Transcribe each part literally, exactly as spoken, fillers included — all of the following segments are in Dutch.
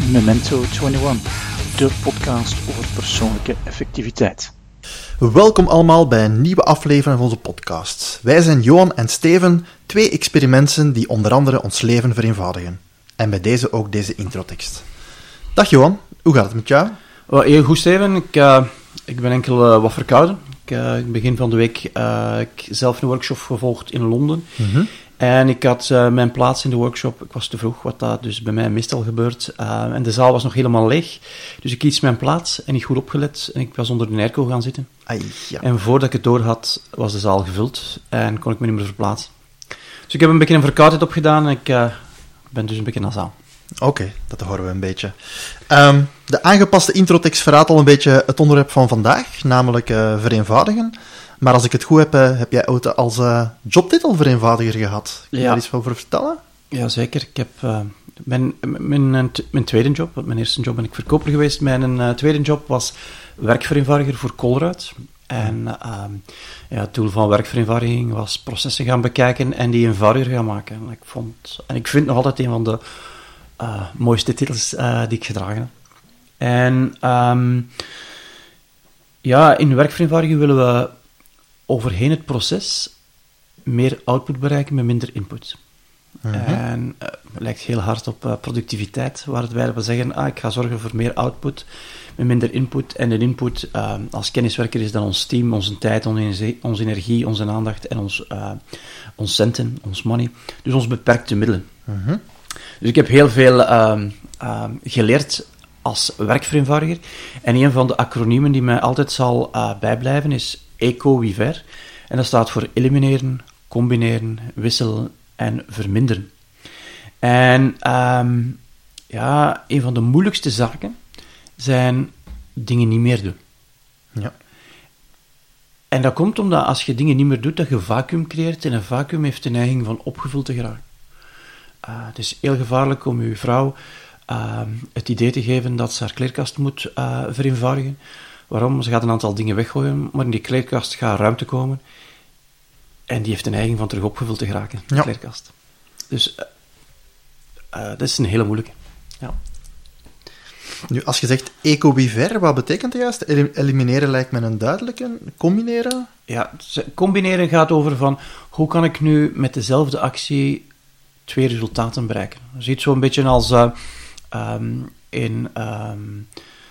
Memento eenentwintig, de podcast over persoonlijke effectiviteit. Welkom allemaal bij een nieuwe aflevering van onze podcast. Wij zijn Johan en Steven, twee experimenten die onder andere ons leven vereenvoudigen. En bij deze ook deze introtekst. Dag Johan, hoe gaat het met jou? Well, heel goed, Steven. Ik, uh, ik ben enkel uh, wat verkouden. Ik, uh, in het begin van de week uh, ik zelf een workshop gevolgd in Londen. Mm-hmm. En ik had uh, mijn plaats in de workshop. Ik was te vroeg, wat dat dus bij mij meestal gebeurt. Uh, en de zaal was nog helemaal leeg. Dus ik kies mijn plaats en niet goed opgelet. En ik was onder de airco gaan zitten. Ai, ja. En voordat ik het door had, was de zaal gevuld. En kon ik me niet meer verplaatsen. Dus ik heb een beetje een verkoudheid opgedaan. En ik uh, ben dus een beetje nasaal. Oké, okay, dat horen we een beetje. Um, de aangepaste introtekst verraadt al een beetje het onderwerp van vandaag, namelijk uh, vereenvoudigen. Maar als ik het goed heb, uh, heb jij ooit als uh, jobtitel vereenvoudiger gehad. Kun je Ja. daar iets over vertellen? Jazeker. Ik heb uh, mijn, mijn, mijn, mijn tweede job, want mijn eerste job ben ik verkoper geweest. Mijn uh, tweede job was werkvereenvoudiger voor Colruyt. En uh, ja, het doel van werkvereenvoudiging was processen gaan bekijken en die eenvoudiger gaan maken. En ik, vond, en ik vind nog altijd een van de uh, mooiste titels uh, die ik gedragen heb. En um, ja, in werkvereenvoudiging willen we overheen het proces meer output bereiken met minder input. Uh-huh. En uh, het lijkt heel hard op uh, productiviteit, waar wij zeggen, ah, ik ga zorgen voor meer output met minder input. En de input uh, als kenniswerker is dan ons team, onze tijd, onze, onze energie, onze aandacht en ons, uh, ons centen, ons money. Dus ons beperkte middelen. Uh-huh. Dus ik heb heel veel uh, uh, geleerd als werkvereenvoudiger. En een van de acroniemen die mij altijd zal uh, bijblijven is ECO-WIVER. En dat staat voor elimineren, combineren, wisselen en verminderen. En um, ja, een van de moeilijkste zaken zijn dingen niet meer doen. Ja. En dat komt omdat als je dingen niet meer doet, dat je een vacuüm creëert. En een vacuüm heeft de neiging van opgevuld te geraken. Uh, het is heel gevaarlijk om uw vrouw uh, het idee te geven dat ze haar kleerkast moet uh, vereenvoudigen. Waarom? Ze gaat een aantal dingen weggooien, maar in die kleerkast gaat ruimte komen. En die heeft de neiging van terug opgevuld te geraken, de ja. kleerkast. Dus uh, uh, dat is een hele moeilijke. Ja. Nu, als je zegt eco-WIVER, wat betekent dat juist? Elimineren lijkt me een duidelijke. Combineren? Ja, combineren gaat over van, hoe kan ik nu met dezelfde actie twee resultaten bereiken? Je ziet zo'n beetje als uh, um, in um,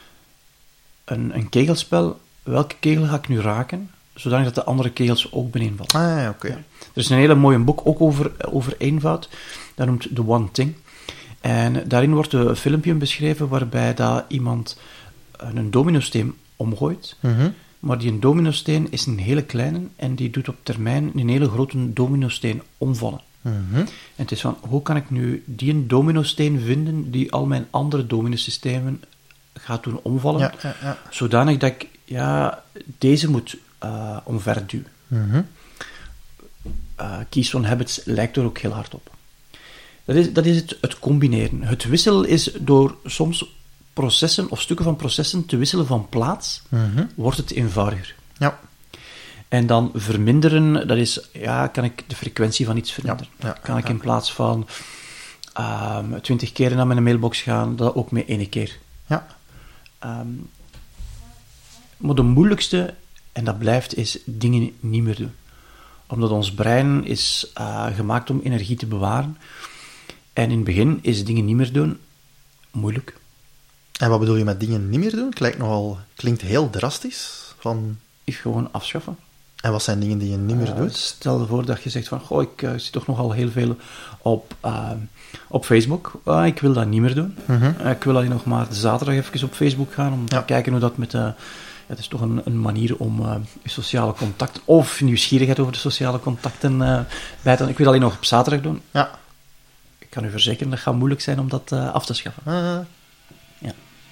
een, een kegelspel. Welke kegel ga ik nu raken, zodanig dat de andere kegels ook bijeenvallen? Ah, ja, oké. Okay. Ja. Er is een hele mooie boek, ook over, over eenvoud. Dat noemt The One Thing. En daarin wordt een filmpje beschreven waarbij dat iemand een dominosteen omgooit. Mm-hmm. Maar die een dominosteen is een hele kleine en die doet op termijn een hele grote dominosteen omvallen. Mm-hmm. En het is van, hoe kan ik nu die een dominosteen vinden die al mijn andere dominosystemen gaat doen omvallen, ja, ja, ja. zodanig dat ik ja, deze moet uh, omverduwen. Mm-hmm. Uh, Keystone Habits lijkt er ook heel hard op. Dat is, dat is het, het combineren. Het wisselen is door soms processen of stukken van processen te wisselen van plaats, Mm-hmm. wordt het eenvoudiger. Ja. En dan verminderen, dat is, ja, kan ik de frequentie van iets verminderen. Ja, ja, kan ik ja. in plaats van um, twintig keer naar mijn mailbox gaan, dat ook met één keer. Ja. Um, maar de moeilijkste, en dat blijft, is dingen niet meer doen. Omdat ons brein is uh, gemaakt om energie te bewaren. En in het begin is dingen niet meer doen moeilijk. En wat bedoel je met dingen niet meer doen? Het lijkt nogal, klinkt heel drastisch. Van... Is gewoon afschaffen. En wat zijn dingen die je niet meer Uh, doet? stel je voor dat je zegt van, goh, ik uh, zie toch nogal heel veel op, uh, op Facebook. Uh, ik wil dat niet meer doen. Mm-hmm. Uh, ik wil alleen nog maar zaterdag even op Facebook gaan om ja. te kijken hoe dat met... Uh, ja, het is toch een, een manier om uh, je sociale contact of nieuwsgierigheid over de sociale contacten uh, bij te... Ik wil alleen nog op zaterdag doen. Ja. Ik kan u verzekeren, dat gaat moeilijk zijn om dat uh, af te schaffen. Uh. Ja.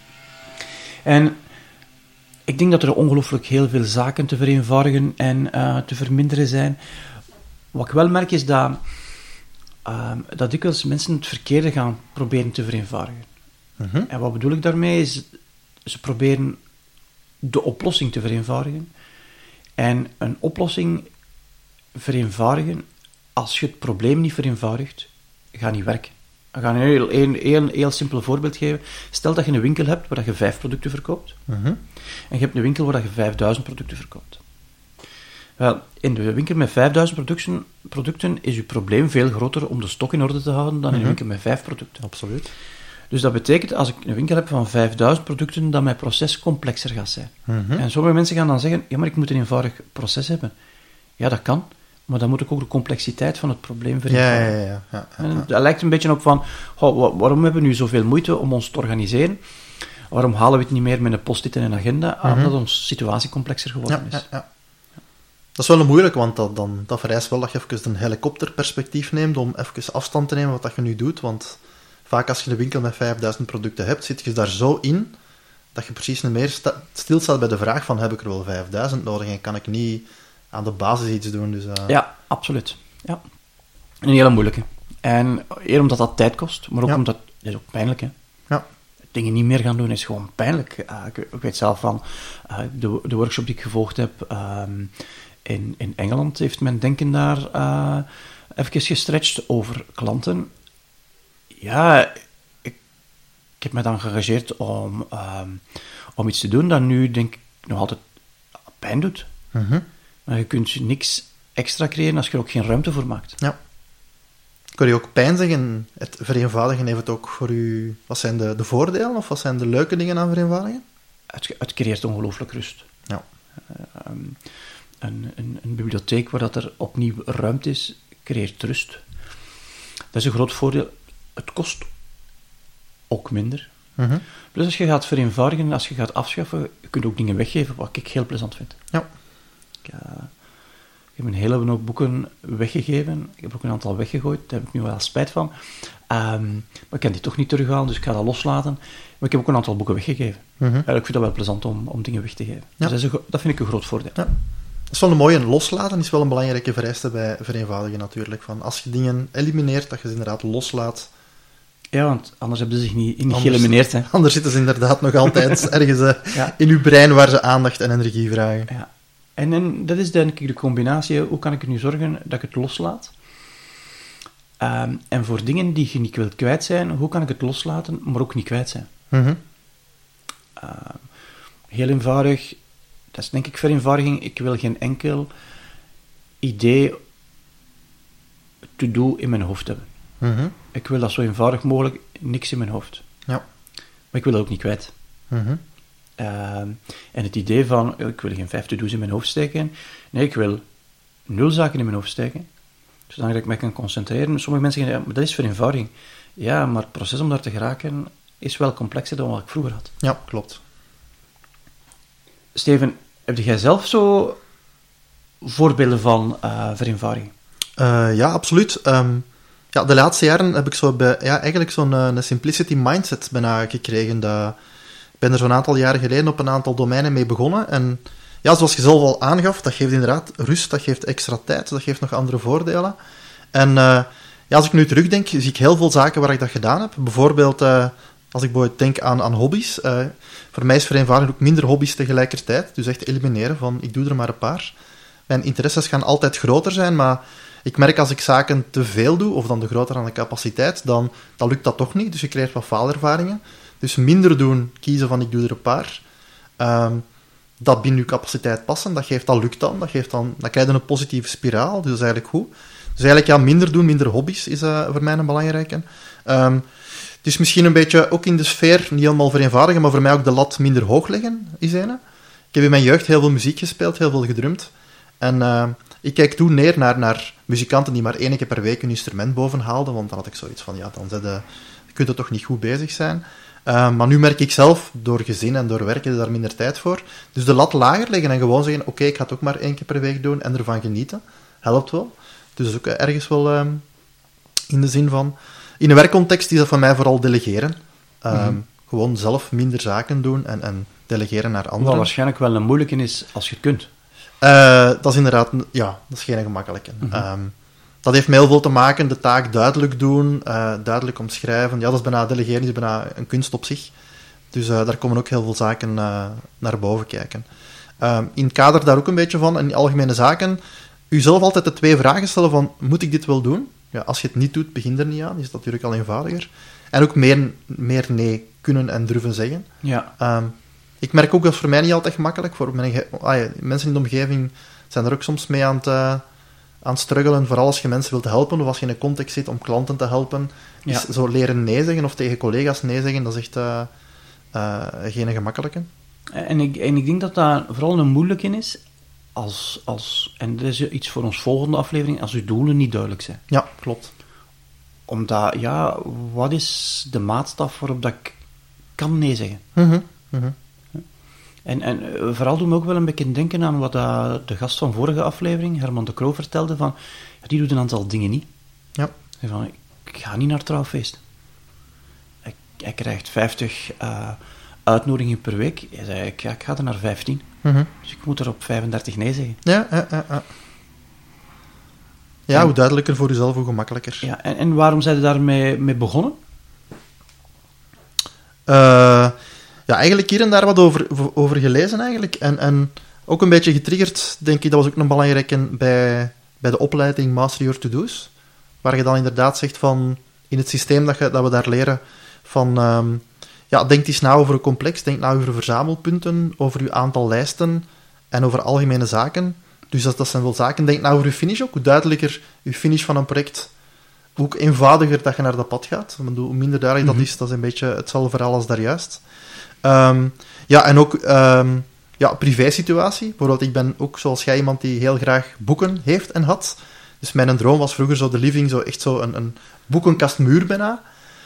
En ik denk dat er ongelooflijk heel veel zaken te vereenvoudigen en uh, te verminderen zijn. Wat ik wel merk is dat, uh, dat dikwijls mensen het verkeerde gaan proberen te vereenvoudigen. Mm-hmm. En wat bedoel ik daarmee is, ze proberen de oplossing te vereenvoudigen. En een oplossing vereenvoudigen, als je het probleem niet vereenvoudigt, gaat niet werken. Ik ga een heel, een, heel, heel simpel voorbeeld geven. Stel dat je een winkel hebt waar je vijf producten verkoopt. Mhm. En je hebt een winkel waar je vijfduizend producten verkoopt. Wel, in de winkel met vijfduizend producten, producten is je probleem veel groter om de stok in orde te houden dan in een Mhm. winkel met vijf producten. Absoluut. Dus dat betekent, als ik een winkel heb van vijfduizend producten, dat mijn proces complexer gaat zijn. Mhm. En sommige mensen gaan dan zeggen, ja, maar ik moet een eenvoudig proces hebben. Ja, dat kan, maar dan moet ik ook de complexiteit van het probleem Ja, vereenvoudigen. ja, ja. ja, ja, En ja. dat lijkt een beetje op van, goh, wa- waarom hebben we nu zoveel moeite om ons te organiseren? Waarom halen we het niet meer met een post-it en een agenda? Mhm. Omdat onze situatie complexer geworden Ja, is. ja, ja. Dat is wel moeilijk, want dat, dan, dat vereist wel dat je even een helikopterperspectief neemt om even afstand te nemen wat dat je nu doet. Want vaak als je een winkel met vijfduizend producten hebt, zit je daar zo in dat je precies niet meer sta- stilstaat bij de vraag van heb ik er wel vijfduizend nodig en kan ik niet aan de basis iets doen. Dus, uh... Ja, absoluut. Ja. Een hele moeilijke. En eer omdat dat tijd kost, maar ook Ja. omdat... Dat is ook pijnlijk, hè. Ja. Dingen niet meer gaan doen is gewoon pijnlijk. Uh, ik, ik weet zelf van uh, de, de workshop die ik gevolgd heb um, in, in Engeland heeft mijn denken daar uh, even gestretched over klanten. Ja, ik, ik heb me dan geëngageerd om, um, om iets te doen dat nu, denk ik, nog altijd pijn doet. Mhm. Maar je kunt niks extra creëren als je er ook geen ruimte voor maakt. Ja. Kun je ook pijn zeggen, het vereenvoudigen heeft het ook voor u... Wat zijn de, de voordelen of wat zijn de leuke dingen aan vereenvoudigen? Het, het creëert ongelooflijk rust. Ja. Um, een, een, een bibliotheek waar dat er opnieuw ruimte is, creëert rust. Dat is een groot voordeel. Het kost ook minder. Mhm. Plus als je gaat vereenvoudigen, als je gaat afschaffen, je kunt ook dingen weggeven, wat ik heel plezant vind. Ja. Ik, uh, ik heb een hele hoop boeken weggegeven. Ik heb ook een aantal weggegooid, daar heb ik nu wel spijt van. Um, maar ik kan die toch niet terughalen, dus ik ga dat loslaten. Maar ik heb ook een aantal boeken weggegeven. Mhm. Uh, ik vind dat wel plezant om, om dingen weg te geven. Ja. Dus dat, is een, gro- dat vind ik een groot voordeel. Ja. Dat is wel een mooie. Loslaten is wel een belangrijke vereiste bij vereenvoudigen natuurlijk. Van als je dingen elimineert, dat je ze inderdaad loslaat. Ja, want anders hebben ze zich niet, niet Anders- geëlimineerd. Hè. Anders zitten ze inderdaad nog altijd ergens uh, Ja. in uw brein waar ze aandacht en energie vragen. Ja. En, en dat is denk ik de combinatie. Hoe kan ik er nu zorgen dat ik het loslaat? Um, en voor dingen die je niet wilt kwijt zijn, hoe kan ik het loslaten, maar ook niet kwijt zijn? Mhm. Uh, heel eenvoudig, dat is denk ik vereenvoudiging. Ik wil geen enkel idee to-do in mijn hoofd hebben. Mhm. Ik wil dat zo eenvoudig mogelijk, niks in mijn hoofd. Ja. Maar ik wil dat ook niet kwijt. Mhm. Uh, en het idee van, ik wil geen vijf to-do's in mijn hoofd steken. Nee, ik wil nul zaken in mijn hoofd steken. Zodat ik mij kan concentreren. Sommige mensen zeggen, ja, maar dat is vereenvoudiging. Ja, maar het proces om daar te geraken is wel complexer dan wat ik vroeger had. Ja, klopt. Steven, heb jij zelf zo voorbeelden van uh, vereenvoudiging? Uh, ja, absoluut. Um, ja, de laatste jaren heb ik zo bij, ja, eigenlijk zo'n uh, een simplicity mindset bijna gekregen. Dat, ik ben er zo'n aantal jaren geleden op een aantal domeinen mee begonnen. En ja, zoals je zelf al aangaf, dat geeft inderdaad rust, dat geeft extra tijd, dat geeft nog andere voordelen. En uh, ja, als ik nu terugdenk, zie ik heel veel zaken waar ik dat gedaan heb. Bijvoorbeeld, uh, als ik bijvoorbeeld denk aan, aan hobby's. Uh, voor mij is vereenvoudiging ook minder hobby's tegelijkertijd. Dus echt elimineren van, ik doe er maar een paar. Mijn interesses gaan altijd groter zijn, maar ik merk als ik zaken te veel doe, of dan te groter aan de capaciteit, dan, dan lukt dat toch niet. Dus je krijgt wat faalervaringen. Dus minder doen, kiezen van ik doe er een paar. Um, dat binnen je capaciteit passen, dat, geeft, dat lukt dan. Dat geeft dan, dan krijg je een positieve spiraal, dus dat is eigenlijk goed. Dus eigenlijk ja, minder doen, minder hobby's is uh, voor mij een belangrijke. Um, het is misschien een beetje ook in de sfeer, niet helemaal vereenvoudigen, maar voor mij ook de lat minder hoog leggen, is een. Ik heb in mijn jeugd heel veel muziek gespeeld, heel veel gedrumd. En uh, ik kijk toen neer naar, naar muzikanten die maar één keer per week een instrument boven haalden, want dan had ik zoiets van, ja, dan zet de, kun je toch niet goed bezig zijn. Uh, maar nu merk ik zelf, door gezin en door werken, daar minder tijd voor. Dus de lat lager leggen en gewoon zeggen, oké, okay, ik ga het ook maar één keer per week doen en ervan genieten. Helpt wel. Dus dat is ook ergens wel uh, in de zin van... In een werkcontext is dat voor mij vooral delegeren. Uh, mm-hmm. Gewoon zelf minder zaken doen en, en delegeren naar anderen. Wat waarschijnlijk wel een moeilijke is als je het kunt. Uh, dat is inderdaad... Ja, dat is geen gemakkelijke. Mm-hmm. Um, dat heeft met heel veel te maken, de taak duidelijk doen, uh, duidelijk omschrijven. Ja, dat is bijna delegeren, is bijna een kunst op zich. Dus uh, daar komen ook heel veel zaken uh, naar boven kijken. Uh, in het kader daar ook een beetje van, in algemene zaken, u zelf altijd de twee vragen stellen van, moet ik dit wel doen? ja, als je het niet doet, begin er niet aan. Is het natuurlijk al eenvoudiger. En ook meer, meer nee kunnen en durven zeggen. Ja. Um, ik merk ook dat voor mij niet altijd gemakkelijk. Voor mijn, ah ja, mensen in de omgeving zijn er ook soms mee aan het, uh, aan het struggelen. Vooral als je mensen wilt helpen of als je in een context zit om klanten te helpen. Ja. Is zo leren nee zeggen of tegen collega's nee zeggen, dat is echt uh, uh, geen gemakkelijke. En ik, en ik denk dat dat vooral een moeilijke is, als, als, en dat is iets voor ons volgende aflevering, als uw doelen niet duidelijk zijn. Ja, klopt. Omdat, ja, wat is de maatstaf waarop dat ik kan nee zeggen? Mm-hmm. Mm-hmm. En, en vooral doen we ook wel een beetje denken aan wat uh, de gast van vorige aflevering, Herman de Croo, vertelde, van, ja, die doet een aantal dingen niet. Ja. Van, ik ga niet naar het trouwfeest. Hij, hij krijgt vijftig uh, uitnodigingen per week. Hij zei, ik, ja, ik ga er naar vijftien. Mm-hmm. Dus ik moet er op vijfendertig nee zeggen. Ja, ja, ja. ja. Ja, en, hoe duidelijker voor jezelf, hoe gemakkelijker. Ja, en, en waarom zijn je daarmee mee begonnen? Uh, ja, eigenlijk hier en daar wat over, over gelezen eigenlijk. En, en ook een beetje getriggerd, denk ik, dat was ook een belangrijke bij, bij de opleiding Master Your To-Do's. Waar je dan inderdaad zegt van, in het systeem dat, je, dat we daar leren, van, um, ja, denk eens na over een complex, denk na over verzamelpunten, over je aantal lijsten en over algemene zaken. Dus dat, dat zijn wel zaken. Denk na over je finish ook, hoe duidelijker je finish van een project, hoe eenvoudiger dat je naar dat pad gaat. Hoe minder duidelijk mm-hmm. dat is, dat is een beetje hetzelfde verhaal als daar juist. Um, ja, en ook um, ja, privé-situatie. Bijvoorbeeld, ik ben ook, zoals jij, iemand die heel graag boeken heeft en had. Dus mijn droom was vroeger zo de living, zo echt zo een, een boekenkastmuur bijna.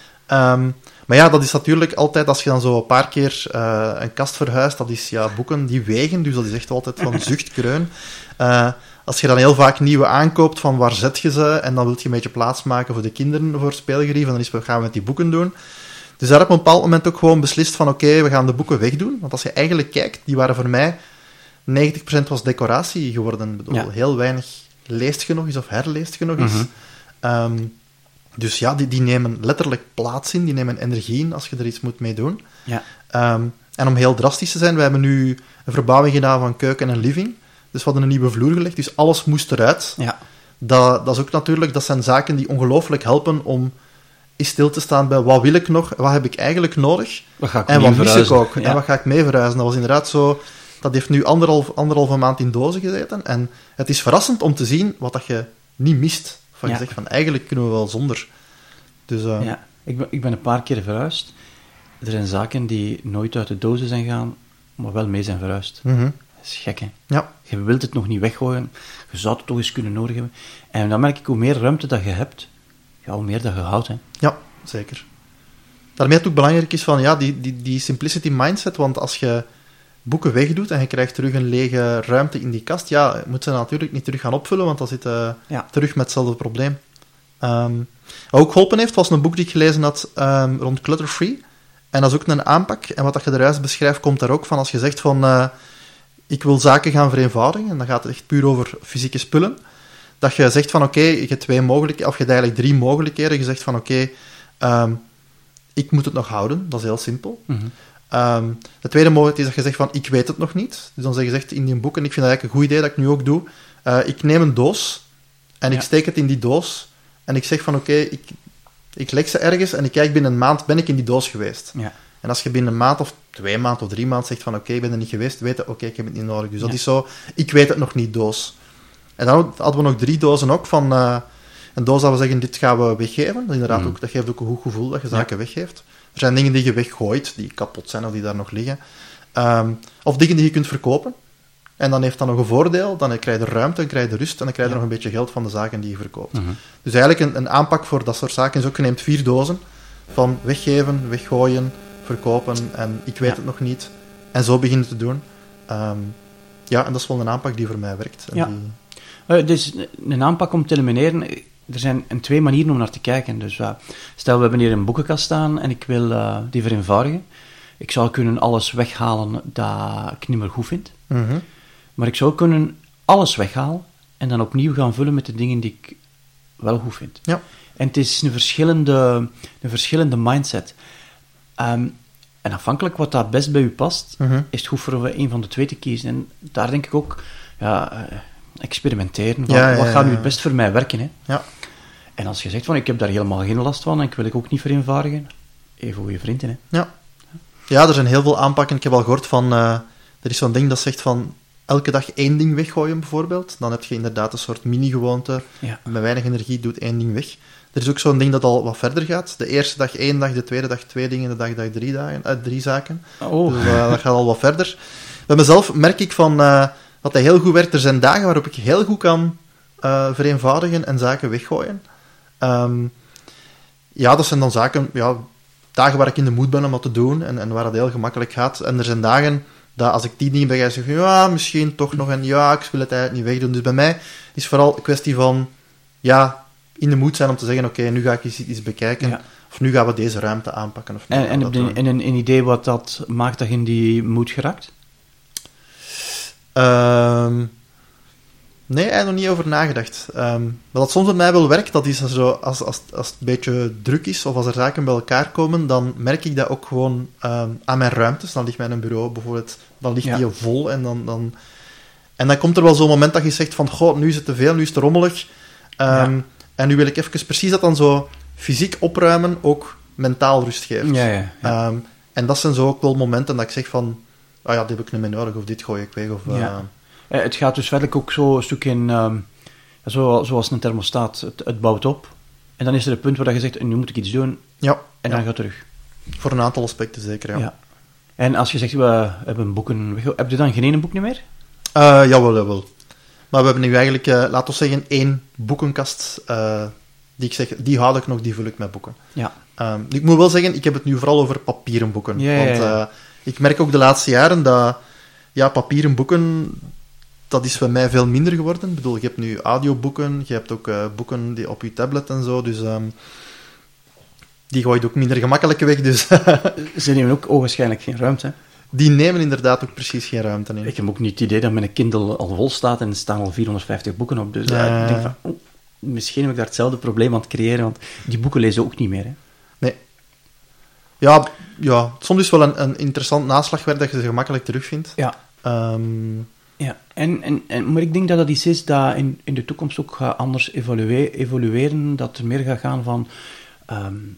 Um, maar ja, dat is natuurlijk altijd, als je dan zo een paar keer uh, een kast verhuist, dat is ja, boeken die wegen, dus dat is echt altijd van zuchtkreun. Uh, als je dan heel vaak nieuwe aankoopt, van waar zet je ze, en dan wil je een beetje plaats maken voor de kinderen, voor speelgerief, en dan is wat gaan we met die boeken doen. Dus daar heb ik op een bepaald moment ook gewoon beslist van, oké, okay, we gaan de boeken wegdoen. Want als je eigenlijk kijkt, die waren voor mij, negentig procent was decoratie geworden. Ik bedoel, ja. Heel weinig leest je nog eens of herleest je nog eens. Mm-hmm. Um, dus ja, die, die nemen letterlijk plaats in, die nemen energie in als je er iets moet mee doen. Ja. Um, en om heel drastisch te zijn, we hebben nu een verbouwing gedaan van keuken en living. Dus we hadden een nieuwe vloer gelegd, dus alles moest eruit. Ja. Dat, dat is ook natuurlijk, dat zijn zaken die ongelooflijk helpen om eens stil te staan bij wat wil ik nog, wat heb ik eigenlijk nodig, wat ga ik en wat mis verhuizen? ik ook, ja. en wat ga ik mee verhuizen. Dat was inderdaad zo, dat heeft nu anderhalf, anderhalve maand in dozen gezeten, en het is verrassend om te zien wat dat je niet mist. Van ja. Je zegt van, eigenlijk kunnen we wel zonder. Dus, uh... ja, ik ben, ik ben een paar keer verhuisd. Er zijn zaken die nooit uit de dozen zijn gegaan, maar wel mee zijn verhuisd. Mm-hmm. Dat is gek, hè? Ja. Je wilt het nog niet weggooien, je zou het toch eens kunnen nodig hebben. En dan merk ik, hoe meer ruimte dat je hebt, ja, hoe meer dat je houdt, hè? Ja, zeker. Daarmee het ook belangrijk is van, ja, die, die, die simplicity mindset, want als je boeken wegdoet en je krijgt terug een lege ruimte in die kast, ja, moet ze natuurlijk niet terug gaan opvullen, want dan zit je ja. terug met hetzelfde probleem. Um, wat ook geholpen heeft, was een boek die ik gelezen had um, rond clutter-free. En dat is ook een aanpak. En wat dat je eruit beschrijft, komt daar ook van als je zegt van, uh, ik wil zaken gaan vereenvoudigen, en dan gaat het echt puur over fysieke spullen. Dat je zegt van, oké, okay, je hebt twee mogelijkheden, of je hebt eigenlijk drie mogelijkheden. Je zegt van, oké, okay, um, ik moet het nog houden. Dat is heel simpel. Mm-hmm. Um, de tweede mogelijkheid is dat je zegt van, ik weet het nog niet. Dus dan zeg je zegt in die boek, en ik vind dat eigenlijk een goed idee dat ik nu ook doe, uh, ik neem een doos, en ik ja. steek het in die doos, en ik zeg van, oké, okay, ik, ik leg ze ergens, en ik kijk binnen een maand, ben ik in die doos geweest. Ja. En als je binnen een maand, of twee maanden, of drie maanden zegt van, oké, okay, ik ben er niet geweest, weet je, oké, okay, ik heb het niet nodig. Dus ja. dat is zo, ik weet het nog niet, doos. En dan hadden we nog drie dozen ook, van uh, een doos dat we zeggen, dit gaan we weggeven. Dat, inderdaad mm. ook, dat geeft ook een goed gevoel dat je zaken ja. weggeeft. Er zijn dingen die je weggooit, die kapot zijn of die daar nog liggen. Um, of dingen die je kunt verkopen. En dan heeft dat nog een voordeel, dan krijg je ruimte, dan krijg je rust, en dan krijg je ja. nog een beetje geld van de zaken die je verkoopt. Mm-hmm. Dus eigenlijk een, een aanpak voor dat soort zaken is ook, je neemt vier dozen, van weggeven, weggooien, verkopen, en ik weet ja. het nog niet. En zo beginnen te doen. Um, ja, en dat is wel een aanpak die voor mij werkt. En ja. die... Uh, dus een aanpak om te elimineren, er zijn twee manieren om naar te kijken. Dus uh, stel, we hebben hier een boekenkast staan en ik wil uh, die vereenvoudigen. Ik zou kunnen alles weghalen dat ik niet meer goed vind. Mm-hmm. Maar ik zou kunnen alles weghalen en dan opnieuw gaan vullen met de dingen die ik wel goed vind. Ja. En het is een verschillende, een verschillende mindset. Um, en afhankelijk wat daar best bij u past, mm-hmm. is het goed voor een van de twee te kiezen. En daar denk ik ook, ja, uh, experimenteren. Van, ja, ja, wat gaat nu ja, het best voor mij werken? Hè? Ja. En als je zegt van, ik heb daar helemaal geen last van en ik wil ik ook niet vereenvoudigen, even goede vrienden, hè. Ja. Ja, er zijn heel veel aanpakken. Ik heb al gehoord van... Uh, er is zo'n ding dat zegt van... Elke dag één ding weggooien, bijvoorbeeld. Dan heb je inderdaad een soort mini-gewoonte. Ja. Met weinig energie doet één ding weg. Er is ook zo'n ding dat al wat verder gaat. De eerste dag één dag, de tweede dag twee dingen, de dag, dag drie, dagen, uh, drie zaken. Oh. Dus uh, dat gaat al wat verder. Bij mezelf merk ik van, uh, dat dat heel goed werkt. Er zijn dagen waarop ik heel goed kan uh, vereenvoudigen en zaken weggooien. Um, ja, dat zijn dan zaken... Ja, dagen waar ik in de moed ben om dat te doen en, en waar het heel gemakkelijk gaat. En er zijn dagen dat als ik die niet ben, ga ik zeggen, ja, misschien toch nog een, ja, ik wil het eigenlijk niet wegdoen. Dus bij mij is het vooral een kwestie van, ja, in de moed zijn om te zeggen, oké, okay, nu ga ik iets, iets bekijken, ja. Of nu gaan we deze ruimte aanpakken. Of en en heb je een, een, een idee wat dat maakt dat je in die moed geraakt? Um, nee, eigenlijk nog niet over nagedacht. Um, wat dat soms bij mij wel werkt, dat is zo, als, als, als het een beetje druk is, of als er zaken bij elkaar komen, dan merk ik dat ook gewoon um, aan mijn ruimtes. Dan ligt mijn bureau bijvoorbeeld, dan ligt ja. die vol, en dan, dan... En dan komt er wel zo'n moment dat je zegt van, goh, nu is het te veel, nu is het te rommelig. Um, ja. En nu wil ik even precies dat dan zo fysiek opruimen ook mentaal rust geeft. Ja, ja, ja. Um, en dat zijn zo ook wel momenten dat ik zeg van, oh ja, dit heb ik niet meer nodig, of dit gooi ik weg, of... Uh, ja. Uh, het gaat dus verder ook zo een stuk in, um, zo, zoals een thermostaat, het, het bouwt op. En dan is er een punt waar je zegt, nu moet ik iets doen, ja, en ja. dan gaat het terug. Voor een aantal aspecten zeker, ja. ja. En als je zegt, we hebben boeken, heb je dan geen ene boek niet meer? Uh, jawel, jawel. Maar we hebben nu eigenlijk, uh, laten we zeggen, één boekenkast, uh, die ik zeg, die houd ik nog, die vul ik met boeken. Ja. Um, ik moet wel zeggen, ik heb het nu vooral over papieren boeken. Ja, want ja, ja. Uh, ik merk ook de laatste jaren dat, ja, papieren boeken, dat is bij mij veel minder geworden. Ik bedoel, je hebt nu audioboeken, je hebt ook uh, boeken die op je tablet en zo, dus um, die gooi je ook minder gemakkelijk weg. Dus ze nemen ook ogenschijnlijk geen ruimte. Die nemen inderdaad ook precies geen ruimte in. Ik heb ook niet het idee dat mijn Kindle al vol staat en er staan al vierhonderdvijftig boeken op. Dus uh, uh, ik denk van, oh, misschien heb ik daar hetzelfde probleem aan het creëren, want die boeken lezen ook niet meer. Hè? Nee. Ja, ja, soms is het wel een, een interessant naslagwerk dat je ze gemakkelijk terugvindt. Ja. Um, ja, en, en, en, maar ik denk dat dat iets is dat in, in de toekomst ook gaat anders evolueren, evolueren, dat er meer gaat gaan van um,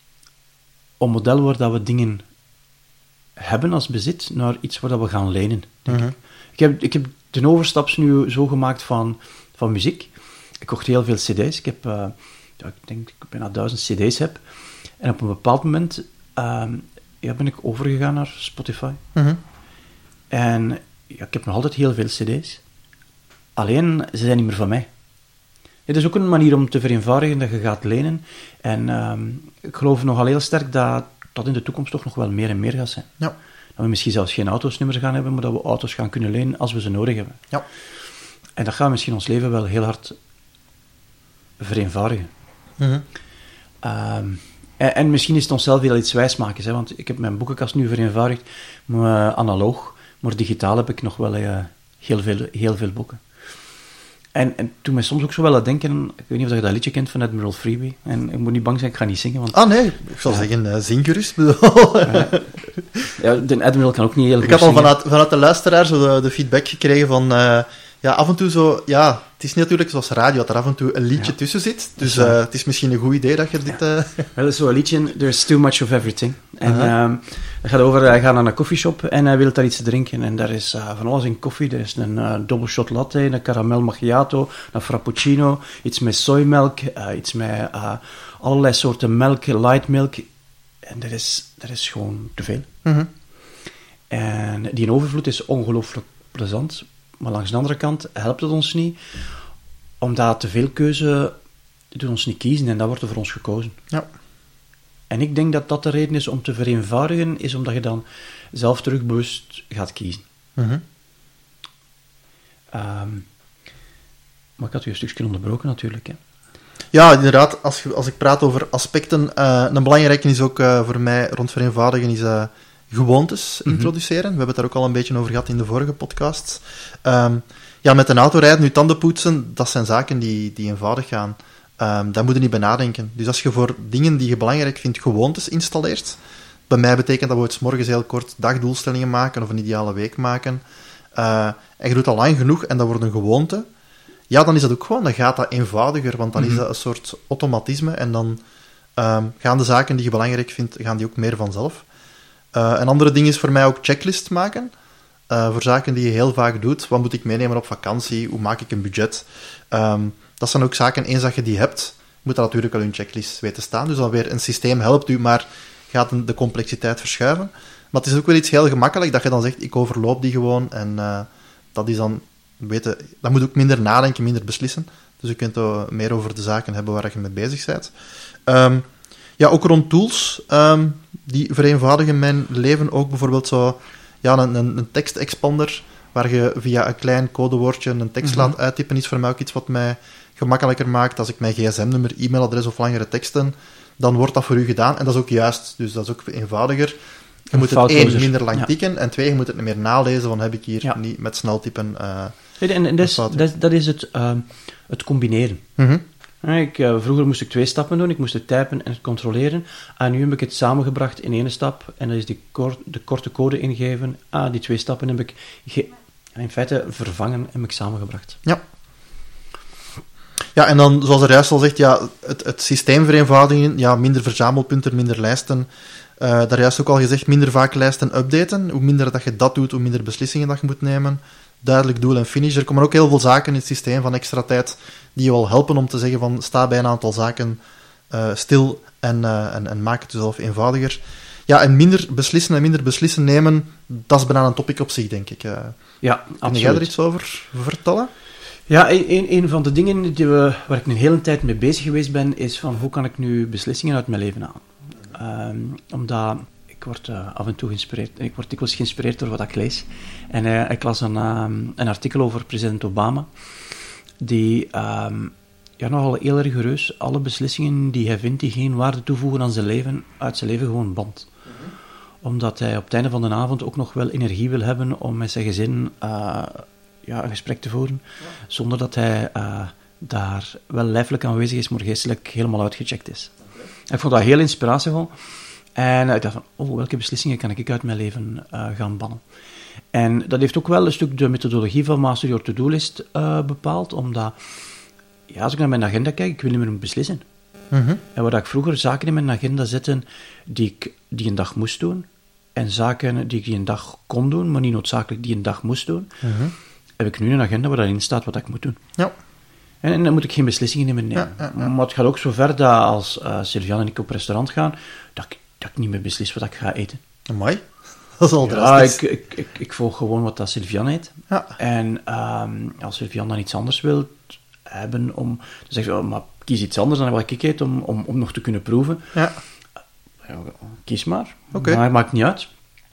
een model waar dat we dingen hebben als bezit, naar iets waar dat we gaan lenen, denk uh-huh. ik. Ik heb, ik heb de overstap nu zo gemaakt van, van muziek. Ik kocht heel veel cd's. Ik heb, uh, ja, ik denk dat ik bijna duizend cd's heb. En op een bepaald moment uh, ja, ben ik overgegaan naar Spotify. Uh-huh. En ja, ik heb nog altijd heel veel cd's. Alleen, ze zijn niet meer van mij. Het is ook een manier om te vereenvoudigen dat je gaat lenen. En uh, ik geloof nogal heel sterk dat dat in de toekomst toch nog wel meer en meer gaat zijn. Ja. Dat we misschien zelfs geen auto's meer gaan hebben, maar dat we auto's gaan kunnen lenen als we ze nodig hebben. Ja. En dat gaat misschien ons leven wel heel hard vereenvoudigen. Mm-hmm. Um, en, en misschien is het onszelf wel iets wijsmakers, hè, want ik heb mijn boekenkast nu vereenvoudigd, maar uh, analoog, maar digitaal heb ik nog wel uh, heel, veel, heel veel boeken. En, en toen mij soms ook zo wel aan denken, ik weet niet of je dat liedje kent van Admiral Freebie, en ik moet niet bang zijn, ik ga niet zingen. Want, ah nee, ik zal ja. zeggen, uh, zing gerust. uh, ja, de Admiral kan ook niet heel goed Ik had al zingen. vanuit, vanuit de luisteraar zo de, de feedback gekregen van, uh, ja, af en toe zo, ja, het is niet natuurlijk zoals radio, dat er af en toe een liedje ja. tussen zit, dus uh, het is misschien een goed idee dat je dit... Uh... Ja. Wel, dat is zo'n liedje, There's Too Much of Everything. En uh-huh. um, dat gaat over, hij gaat naar een koffieshop en hij wil daar iets drinken. En daar is uh, van alles in koffie. Er is een uh, double shot latte, een caramel macchiato, een frappuccino, iets met soymelk, uh, iets met uh, allerlei soorten melk, light milk. En dat is, dat is gewoon te veel. Uh-huh. En die overvloed is ongelooflijk plezant. Maar langs de andere kant helpt het ons niet, omdat te veel keuze doet ons niet kiezen en dat wordt er voor ons gekozen. Ja. En ik denk dat dat de reden is om te vereenvoudigen, is omdat je dan zelf terug bewust gaat kiezen. Uh-huh. Um, maar ik had u een stukje onderbroken natuurlijk. Hè. Ja, inderdaad. Als, je, als ik praat over aspecten, uh, een belangrijke is ook uh, voor mij rond vereenvoudigen is uh, gewoontes mm-hmm. introduceren. We hebben het daar ook al een beetje over gehad in de vorige podcasts. Um, ja, met een auto rijden, nu tanden poetsen, dat zijn zaken die, die eenvoudig gaan. Um, daar moet je niet bij nadenken. Dus als je voor dingen die je belangrijk vindt gewoontes installeert, bij mij betekent dat we het 's morgens heel kort dagdoelstellingen maken of een ideale week maken. Uh, en je doet al lang genoeg en dat wordt een gewoonte. ja, dan is dat ook gewoon, dan gaat dat eenvoudiger, want dan Mm-hmm. is dat een soort automatisme en dan um, gaan de zaken die je belangrijk vindt, gaan die ook meer vanzelf. Uh, een andere ding is voor mij ook checklist maken. Uh, voor zaken die je heel vaak doet. Wat moet ik meenemen op vakantie? Hoe maak ik een budget? Um, dat zijn ook zaken, eens dat je die hebt, moet dat natuurlijk wel in je checklist weten staan. Dus dan weer een systeem helpt u, maar gaat de complexiteit verschuiven. Maar het is ook wel iets heel gemakkelijk dat je dan zegt, ik overloop die gewoon. En uh, dat is dan, weten, dan moet je ook minder nadenken, minder beslissen. Dus je kunt uh, meer over de zaken hebben waar je mee bezig bent. Um, ja, ook rond tools. Um, die vereenvoudigen mijn leven ook. Bijvoorbeeld zo, ja, een, een, een tekstexpander, waar je via een klein codewoordje een tekst mm-hmm. laat uittypen, is voor mij ook iets wat mij gemakkelijker maakt. Als ik mijn gsm-nummer, e-mailadres of langere teksten, dan wordt dat voor u gedaan. En dat is ook juist. Dus dat is ook eenvoudiger. Je moet het één, minder lang ja. tikken, en twee, je moet het niet meer nalezen, van heb ik hier ja. niet met snel typen... Uh, en en dat, dat, dat is het, uh, het combineren. Mm-hmm. Ik, uh, vroeger moest ik twee stappen doen. Ik moest het typen en het controleren. En nu heb ik het samengebracht in één stap. En dat is die kor- de korte code ingeven. Ah, die twee stappen heb ik ge- in feite vervangen en heb ik samengebracht. Ja. Ja, en dan, zoals er juist al zegt, ja, het, het systeem vereenvoudigen, ja, minder verzamelpunten, minder lijsten. Uh, daar juist ook al gezegd, minder vaak lijsten updaten. Hoe minder dat je dat doet, hoe minder beslissingen dat je moet nemen. Duidelijk doel en finish. Er komen ook heel veel zaken in het systeem van extra tijd die je wel helpen om te zeggen van sta bij een aantal zaken uh, stil en, uh, en, en maak het jezelf eenvoudiger. Ja, en minder beslissen en minder beslissen nemen, dat is bijna een topic op zich, denk ik. Uh, ja, absoluut. Kun jij er iets over vertellen? Ja, een, een van de dingen die we, waar ik een hele tijd mee bezig geweest ben, is van hoe kan ik nu beslissingen uit mijn leven halen? Um, omdat... Ik word uh, af en toe geïnspireerd. Ik word dikwijls geïnspireerd door wat ik lees. En uh, ik las een, um, een artikel over president Obama, die um, ja, nogal heel rigoureus alle beslissingen die hij vindt die geen waarde toevoegen aan zijn leven, uit zijn leven gewoon band. Mm-hmm. Omdat hij op het einde van de avond ook nog wel energie wil hebben om met zijn gezin uh, ja, een gesprek te voeren, ja. zonder dat hij uh, daar wel lijfelijk aanwezig is, maar geestelijk helemaal uitgecheckt is. Okay. Ik vond dat heel inspiratievol. En ik dacht van, oh, welke beslissingen kan ik uit mijn leven uh, gaan bannen? En dat heeft ook wel een stuk de methodologie van Master Your To-Do List uh, bepaald, omdat, ja, als ik naar mijn agenda kijk, ik wil niet meer beslissen. Mm-hmm. En waar ik vroeger zaken in mijn agenda zette die ik die een dag moest doen, en zaken die ik die een dag kon doen, maar niet noodzakelijk die een dag moest doen, mm-hmm. heb ik nu een agenda waar daarin staat wat ik moet doen. Ja. En, en dan moet ik geen beslissingen meer nemen. Ja, ja, ja. Maar het gaat ook zo ver dat als uh, Sylvian en ik op restaurant gaan, dat ik dat ik niet meer beslis wat ik ga eten. Amai, dat is al ja, drastisch. Ik, ik, ik, ik volg gewoon wat dat Sylvian eet. Ja. En um, als Sylvian dan iets anders wil hebben, om, dan zeg je, oh, maar kies iets anders dan wat ik eet, om, om, om nog te kunnen proeven. Ja. Ja, kies maar. Okay. Maar het maakt niet uit.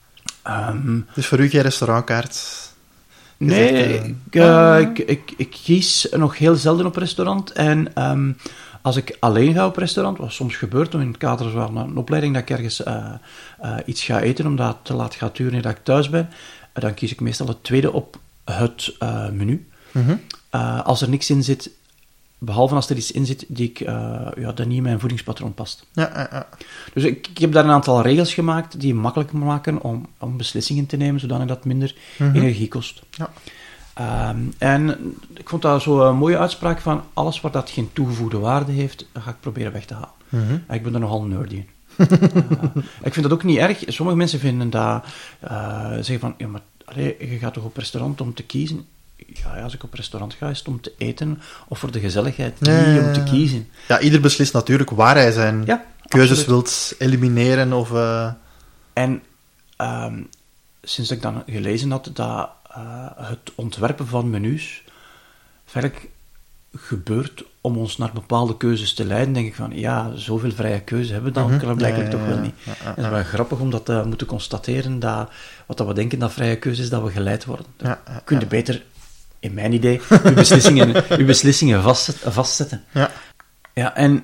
Um, dus voor u geen restaurantkaart? Nee, zegt, uh, ik, uh, ah. ik, ik, ik kies nog heel zelden op restaurant. En um, als ik alleen ga op restaurant, wat soms gebeurt, in het kader van een opleiding, dat ik ergens uh, uh, iets ga eten, omdat het te laat gaat duren dat ik thuis ben, uh, dan kies ik meestal het tweede op het uh, menu. Mm-hmm. Uh, als er niks in zit, behalve als er iets in zit die ik, uh, ja, dat niet in mijn voedingspatroon past. Ja, ja, ja. Dus ik, ik heb daar een aantal regels gemaakt die makkelijk maken om, om beslissingen te nemen, zodanig dat het minder mm-hmm. energie kost. Ja. Um, en ik vond dat zo een mooie uitspraak van alles wat dat geen toegevoegde waarde heeft, dat ga ik proberen weg te halen. Mm-hmm. Ik ben er nogal nerdy in. uh, ik vind dat ook niet erg. Sommige mensen vinden dat, uh, zeggen van, ja, maar allee, je gaat toch op restaurant om te kiezen? Ja, als ik op restaurant ga, is het om te eten of voor de gezelligheid, niet nee, om te kiezen. Ja, ieder beslist natuurlijk waar hij zijn ja, keuzes absoluut. wilt elimineren of... Uh... En um, sinds ik dan gelezen had dat uh, het ontwerpen van menus verder gebeurt om ons naar bepaalde keuzes te leiden, denk ik van, ja, zoveel vrije keuze hebben we dan mm-hmm. blijkbaar ja, ja, ja, toch wel niet. Ja, ja, ja. Het is wel grappig om dat te moeten constateren, dat wat dat we denken dat vrije keuze is, dat we geleid worden. Dan ja, ja, kun je ja. beter, in mijn idee, je beslissingen, je beslissingen vastzet, vastzetten. Ja. Ja, en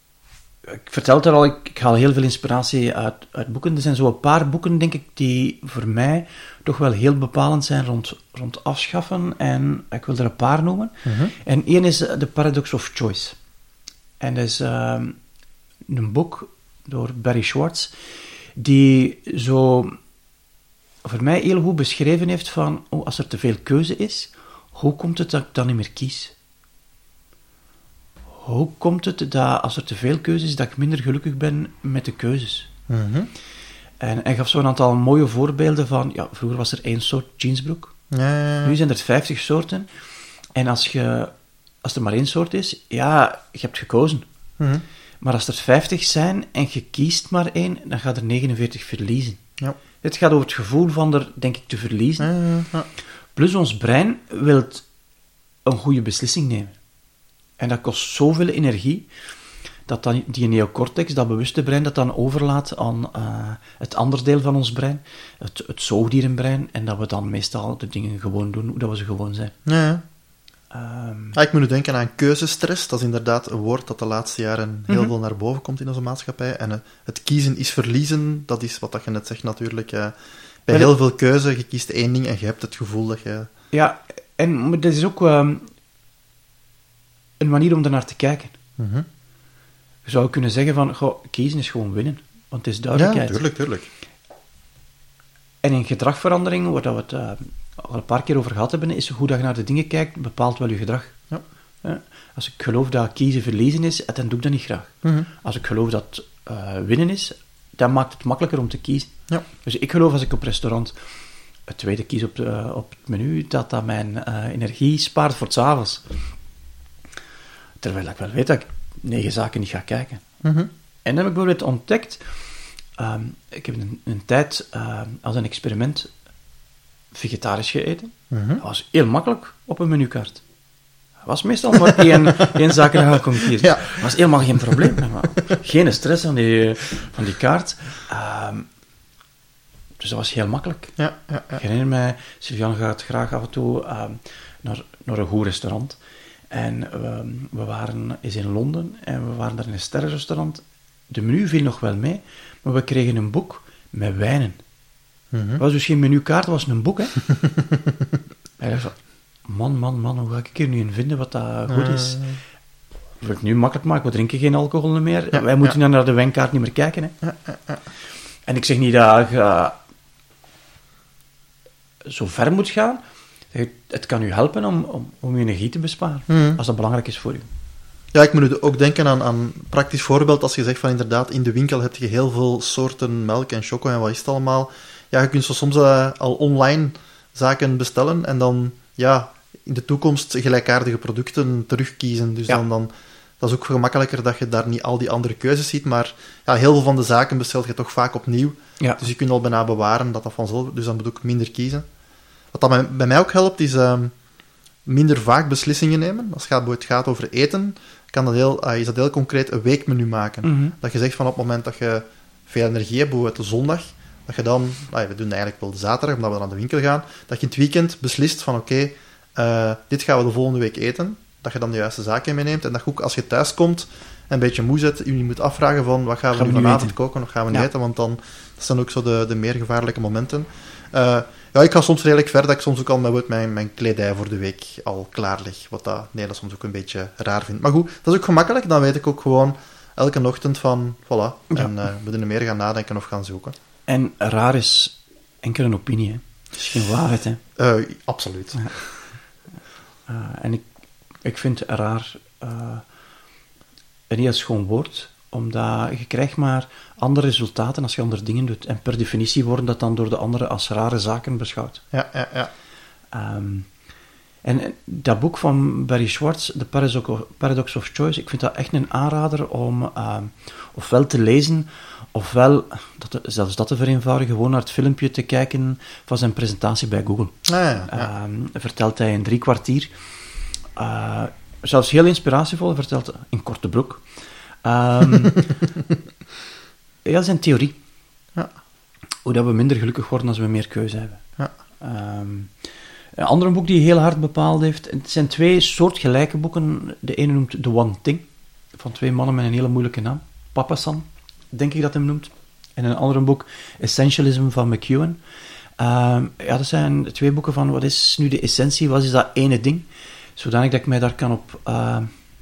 ik vertel het er al, ik, ik haal heel veel inspiratie uit, uit boeken. Er zijn zo een paar boeken, denk ik, die voor mij toch wel heel bepalend zijn rond, rond afschaffen. En ik wil er een paar noemen. Mm-hmm. En één is The Paradox of Choice. En dat is uh, een boek door Barry Schwartz, die zo voor mij heel goed beschreven heeft van, oh, als er te veel keuze is, hoe komt het dat ik dan niet meer kies? hoe komt het dat als er te veel keuzes is, dat ik minder gelukkig ben met de keuzes? Mm-hmm. En hij gaf zo'n aantal mooie voorbeelden van, ja, vroeger was er één soort jeansbroek. Ja, ja, ja. Nu zijn er vijftig soorten. En als, je, als er maar één soort is, ja, je hebt gekozen. Mm-hmm. Maar als er vijftig zijn en je kiest maar één, dan gaat er negenenveertig verliezen. Ja. Het gaat over het gevoel van er, denk ik, te verliezen. Ja, ja, ja. Plus ons brein wil een goede beslissing nemen. En dat kost zoveel energie, dat dan die neocortex, dat bewuste brein, dat dan overlaat aan uh, het andere deel van ons brein, het, het zoogdierenbrein, en dat we dan meestal de dingen gewoon doen hoe dat we ze gewoon zijn. Ja, ja. Um, Ah, ik moet nu denken aan keuzestress. Dat is inderdaad een woord dat de laatste jaren heel mm-hmm. veel naar boven komt in onze maatschappij. En uh, het kiezen is verliezen, dat is wat dat je net zegt natuurlijk. Uh, bij heel veel keuze, je kiest één ding en je hebt het gevoel dat je... Ja, en maar dat is ook um, een manier om ernaar te kijken. Mm-hmm. Je zou kunnen zeggen van, goh, kiezen is gewoon winnen. Want het is duidelijkheid. Ja, tuurlijk, tuurlijk. En in gedragverandering, waar we het uh, al een paar keer over gehad hebben, is hoe dat je naar de dingen kijkt, bepaalt wel je gedrag. Ja. Ja? Als ik geloof dat kiezen verliezen is, dan doe ik dat niet graag. Mm-hmm. Als ik geloof dat uh, winnen is, dan maakt het makkelijker om te kiezen. Ja. Dus ik geloof als ik op restaurant het tweede kies op, de, op het menu, dat dat mijn uh, energie spaart voor 's avonds. Terwijl ik wel weet dat ik negen zaken niet ga kijken. Mm-hmm. En dan heb ik bijvoorbeeld ontdekt, um, ik heb een, een tijd uh, als een experiment vegetarisch gegeten. Mm-hmm. Dat was heel makkelijk op een menukaart. Dat was meestal maar één, één zaak en dan kon ik kiezen. Ja. Dat was helemaal geen probleem. Geen stress van die, van die kaart. Um, dus dat was heel makkelijk. Ja, ja, ja. Ik herinner mij, Sylvian gaat graag af en toe um, naar, naar een goed restaurant. En um, we waren eens in Londen en we waren daar in een sterrenrestaurant. De menu viel nog wel mee, maar we kregen een boek met wijnen. Mm-hmm. Het was dus geen menukaart, het was een boek, hè. En ik dacht, man, man, man, hoe ga ik hier nu in vinden wat dat goed is? Uh... Ik wil het nu makkelijk maken, we drinken geen alcohol meer. Ja, Wij moeten ja. dan naar de wijnkaart niet meer kijken, hè. Ja, ja, ja. En ik zeg niet dat je uh, zo ver moet gaan. Het kan u helpen om, om, om je energie te besparen, Mm-hmm. als dat belangrijk is voor u. Ja, ik moet nu ook denken aan aan een praktisch voorbeeld. Als je zegt van inderdaad, in de winkel heb je heel veel soorten melk en choco en wat is het allemaal. Ja, je kunt zo soms uh, al online zaken bestellen en dan ja, in de toekomst gelijkaardige producten terugkiezen. Dus Ja. dan, dan, dat is ook gemakkelijker dat je daar niet al die andere keuzes ziet. Maar ja, heel veel van de zaken bestel je toch vaak opnieuw. Ja. Dus je kunt al bijna bewaren dat dat vanzelf... Dus dan moet ik minder kiezen. Wat dat bij, bij mij ook helpt, is uh, minder vaak beslissingen nemen. Als het gaat, het gaat over eten, kan dat heel, uh, is dat heel concreet een weekmenu maken. Mm-hmm. Dat je zegt van op het moment dat je veel energie hebt, bijvoorbeeld de zondag, dat je dan, nou, we doen eigenlijk wel de zaterdag, omdat we naar de winkel gaan, dat je in het weekend beslist van oké, okay, uh, dit gaan we de volgende week eten. Dat je dan de juiste zaken meeneemt. En dat je ook als je thuis komt en een beetje moe zit, je moet afvragen van wat gaan we, Gaan nu we nu vanavond eten? koken of gaan we Ja. niet eten, want dan dat zijn ook zo de, de meer gevaarlijke momenten. Uh, ja, ik ga soms redelijk ver dat ik soms ook al met mijn, mijn kledij voor de week al klaar leg. Wat dat Nederland soms ook een beetje raar vindt. Maar goed, dat is ook gemakkelijk. Dan weet ik ook gewoon elke ochtend van, voilà. Ja. En uh, we moeten meer gaan nadenken of gaan zoeken. En raar is enkel een opinie, hè. Het is geen waarheid, hè. Uh, absoluut. Ja. Uh, en ik, ik vind raar uh, een heel schoon woord, omdat je krijgt maar andere resultaten als je andere dingen doet. En per definitie worden dat dan door de anderen als rare zaken beschouwd. Ja, ja, ja. Um, en dat boek van Barry Schwartz, The Paradox of Choice, ik vind dat echt een aanrader om uh, ofwel te lezen, ofwel, dat, zelfs dat te vereenvoudigen, gewoon naar het filmpje te kijken van zijn presentatie bij Google. Ah, ja, ja. Um, vertelt hij in drie kwartier. Uh, zelfs heel inspiratievol, vertelt in korte broek. Um, ja, zijn theorie. Ja. Hoe dat we minder gelukkig worden als we meer keuze hebben. Ja. Um, een ander boek die heel hard bepaald heeft, het zijn twee soortgelijke boeken. De ene noemt The One Thing, van twee mannen met een hele moeilijke naam. Papasan, denk ik dat hem noemt. En een ander boek, Essentialism van McEwen. Um, ja, dat zijn twee boeken van, wat is nu de essentie, wat is dat ene ding? Zodanig dat ik mij daar kan op uh,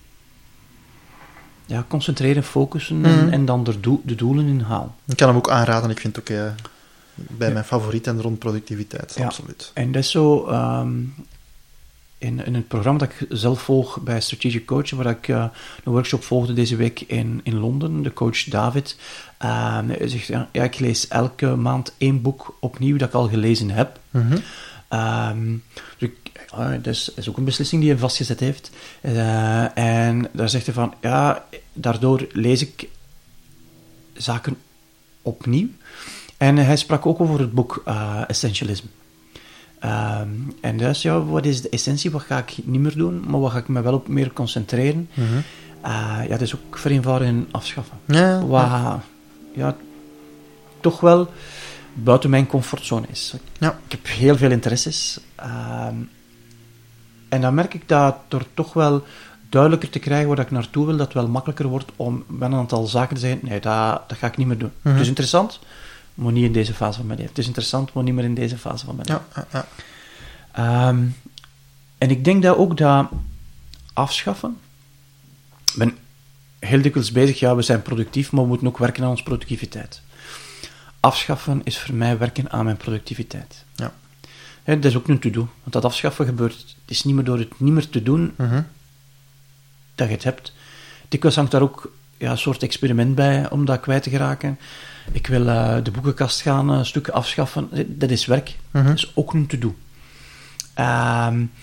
ja, concentreren, focussen mm-hmm. en, en dan de, doel, de doelen inhalen. Ik kan hem ook aanraden, ik vind het ook uh, bij ja. mijn favorieten rond productiviteit, ja. absoluut. En dat is zo... Um, in, in het programma dat ik zelf volg bij Strategic Coaching, waar ik uh, een workshop volgde deze week in, in Londen, de coach David, uh, hij zegt, ja, ik lees elke maand één boek opnieuw dat ik al gelezen heb. Mm-hmm. Um, dus ik, uh, dat is, is ook een beslissing die hij vastgezet heeft. Uh, en daar zegt hij van, ja, daardoor lees ik zaken opnieuw. En hij sprak ook over het boek uh, Essentialism. Um, en dus, ja, wat is de essentie? Wat ga ik niet meer doen, maar wat ga ik me wel op meer concentreren? Mm-hmm. Uh, ja, dat is ook vereenvoudigen en afschaffen. Ja, wat, ja. ja, toch wel buiten mijn comfortzone is. Ja. Ik heb heel veel interesses. Um, en dan merk ik dat door toch wel duidelijker te krijgen waar ik naartoe wil, dat het wel makkelijker wordt om met een aantal zaken te zeggen, nee, dat, dat ga ik niet meer doen. Mm-hmm. Het is interessant, maar niet in deze fase van mijn leven. Het is interessant, maar niet meer in deze fase van mijn leven. Ja, ja, ja. Um, en ik denk dat ook dat afschaffen... Ik ben heel dikwijls bezig, ja, we zijn productief, maar we moeten ook werken aan onze productiviteit. Afschaffen is voor mij werken aan mijn productiviteit. Ja. Ja, dat is ook een to-do, want dat afschaffen gebeurt... Het is niet meer door het niet meer te doen Mm-hmm. dat je het hebt. Dikwijls hangt daar ook ja, een soort experiment bij om dat kwijt te geraken. Ik wil uh, de boekenkast gaan uh, stukken afschaffen. Dat is werk. Mm-hmm. Dat is ook een to-do. Um,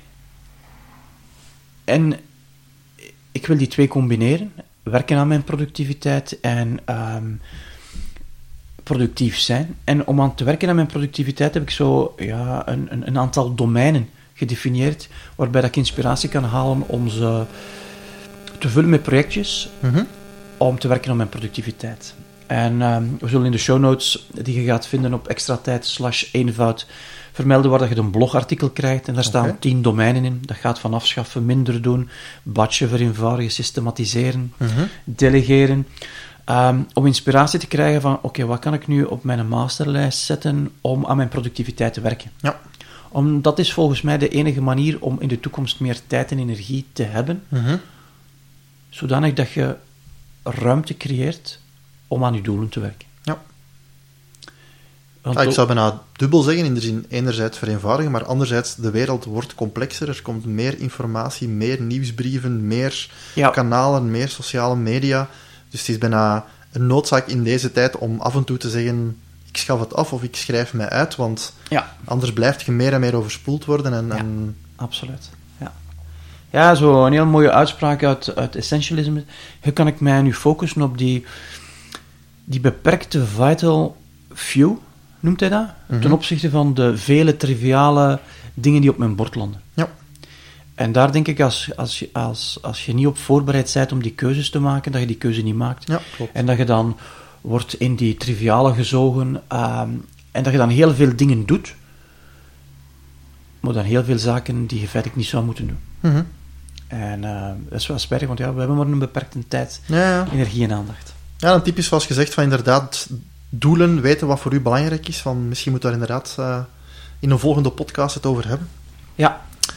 en ik wil die twee combineren. Werken aan mijn productiviteit en um, productief zijn. En om aan te werken aan mijn productiviteit heb ik zo ja, een, een, een aantal domeinen gedefinieerd, waarbij dat ik inspiratie kan halen om ze te vullen met projectjes, Mm-hmm. om te werken aan mijn productiviteit. En um, we zullen in de show notes, die je gaat vinden op extratijd slash eenvoud, vermelden waar dat je een blogartikel krijgt. En daar staan Okay. tien domeinen in. Dat gaat van afschaffen, minder doen, batchen, vereenvoudigen, systematiseren, Mm-hmm. delegeren. Um, om inspiratie te krijgen van, oké, okay, wat kan ik nu op mijn masterlijst zetten om aan mijn productiviteit te werken? Ja. Om, dat is volgens mij de enige manier om in de toekomst meer tijd en energie te hebben, Mm-hmm. zodanig dat je ruimte creëert om aan je doelen te werken. Ja. Want Ah, ik zou bijna dubbel zeggen, in de zin enerzijds vereenvoudigen, maar anderzijds de wereld wordt complexer, er komt meer informatie, meer nieuwsbrieven, meer ja, kanalen, meer sociale media. Dus het is bijna een noodzaak in deze tijd om af en toe te zeggen, ik schaf het af of ik schrijf mij uit, want ja, anders blijft je meer en meer overspoeld worden. En, Ja. en... absoluut. Ja, ja, zo een heel mooie uitspraak uit, uit Essentialism. Hoe kan ik mij nu focussen op die, die beperkte vital few, noemt hij dat? Mhm. Ten opzichte van de vele triviale dingen die op mijn bord landen. Ja. En daar denk ik, als, als, je, als, als je niet op voorbereid bent om die keuzes te maken, dat je die keuze niet maakt. Ja, klopt. En dat je dan wordt in die triviale gezogen, um, en dat je dan heel veel dingen doet, maar dan heel veel zaken die je feitelijk niet zou moeten doen. Mhm. En uh, dat is wel spijtig, want ja, we hebben maar een beperkte tijd, Ja, ja. energie en aandacht. Ja, dan typisch zoals gezegd, van inderdaad doelen, weten wat voor u belangrijk is. Van, misschien moet daar inderdaad uh, in een volgende podcast het over hebben. Ja.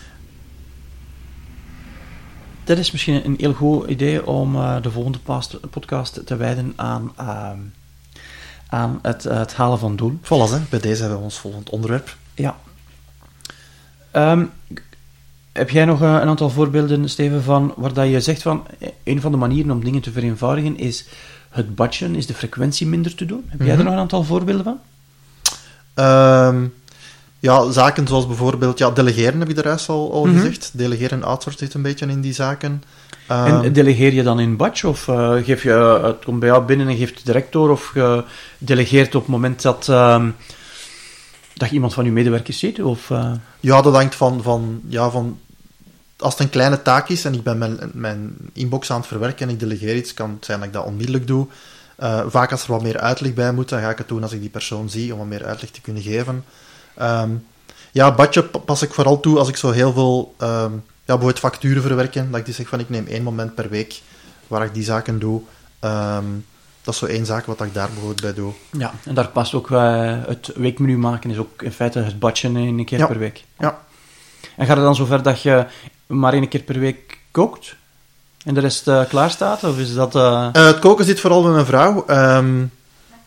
Dat is misschien een heel goed idee om uh, de volgende past- podcast te wijden aan, uh, aan het, uh, het halen van doel. Voilà, hè. Bij deze hebben we ons volgend onderwerp. Ja. Um, heb jij nog uh, een aantal voorbeelden, Steven, van waar dat je zegt van een van de manieren om dingen te vereenvoudigen is het batchen, is de frequentie minder te doen? Heb jij Mhm. er nog een aantal voorbeelden van? Um, ja, zaken zoals bijvoorbeeld, ja, delegeren heb ik daarjuist al, al Mhm. gezegd. Delegeren en outsourcen zit een beetje in die zaken. Um, En delegeer je dan in batch, of uh, geef je, uh, het komt bij jou binnen en geeft het direct door, of je delegeert op het moment dat, uh, dat je iemand van je medewerkers ziet? Of, uh... Ja, dat hangt van, van, ja, van... Als het een kleine taak is en ik ben mijn, mijn inbox aan het verwerken en ik delegeer iets, kan het zijn dat ik dat onmiddellijk doe. Uh, vaak als er wat meer uitleg bij moet, dan ga ik het doen als ik die persoon zie, om wat meer uitleg te kunnen geven. Um, ja, badje pas ik vooral toe als ik zo heel veel... Um, ja, bijvoorbeeld facturen verwerken, dat ik die zeg van ik neem één moment per week waar ik die zaken doe. Um, dat is zo één zaak wat ik daar bijvoorbeeld bij doe. Ja, en daar past ook uh, het weekmenu maken, is ook in feite het batchen één keer Ja. per week. Ja. En gaat het dan zover dat je maar één keer per week kookt en de rest uh, klaar staat? Of is dat... Uh... Uh, het koken zit vooral bij mijn vrouw. Um,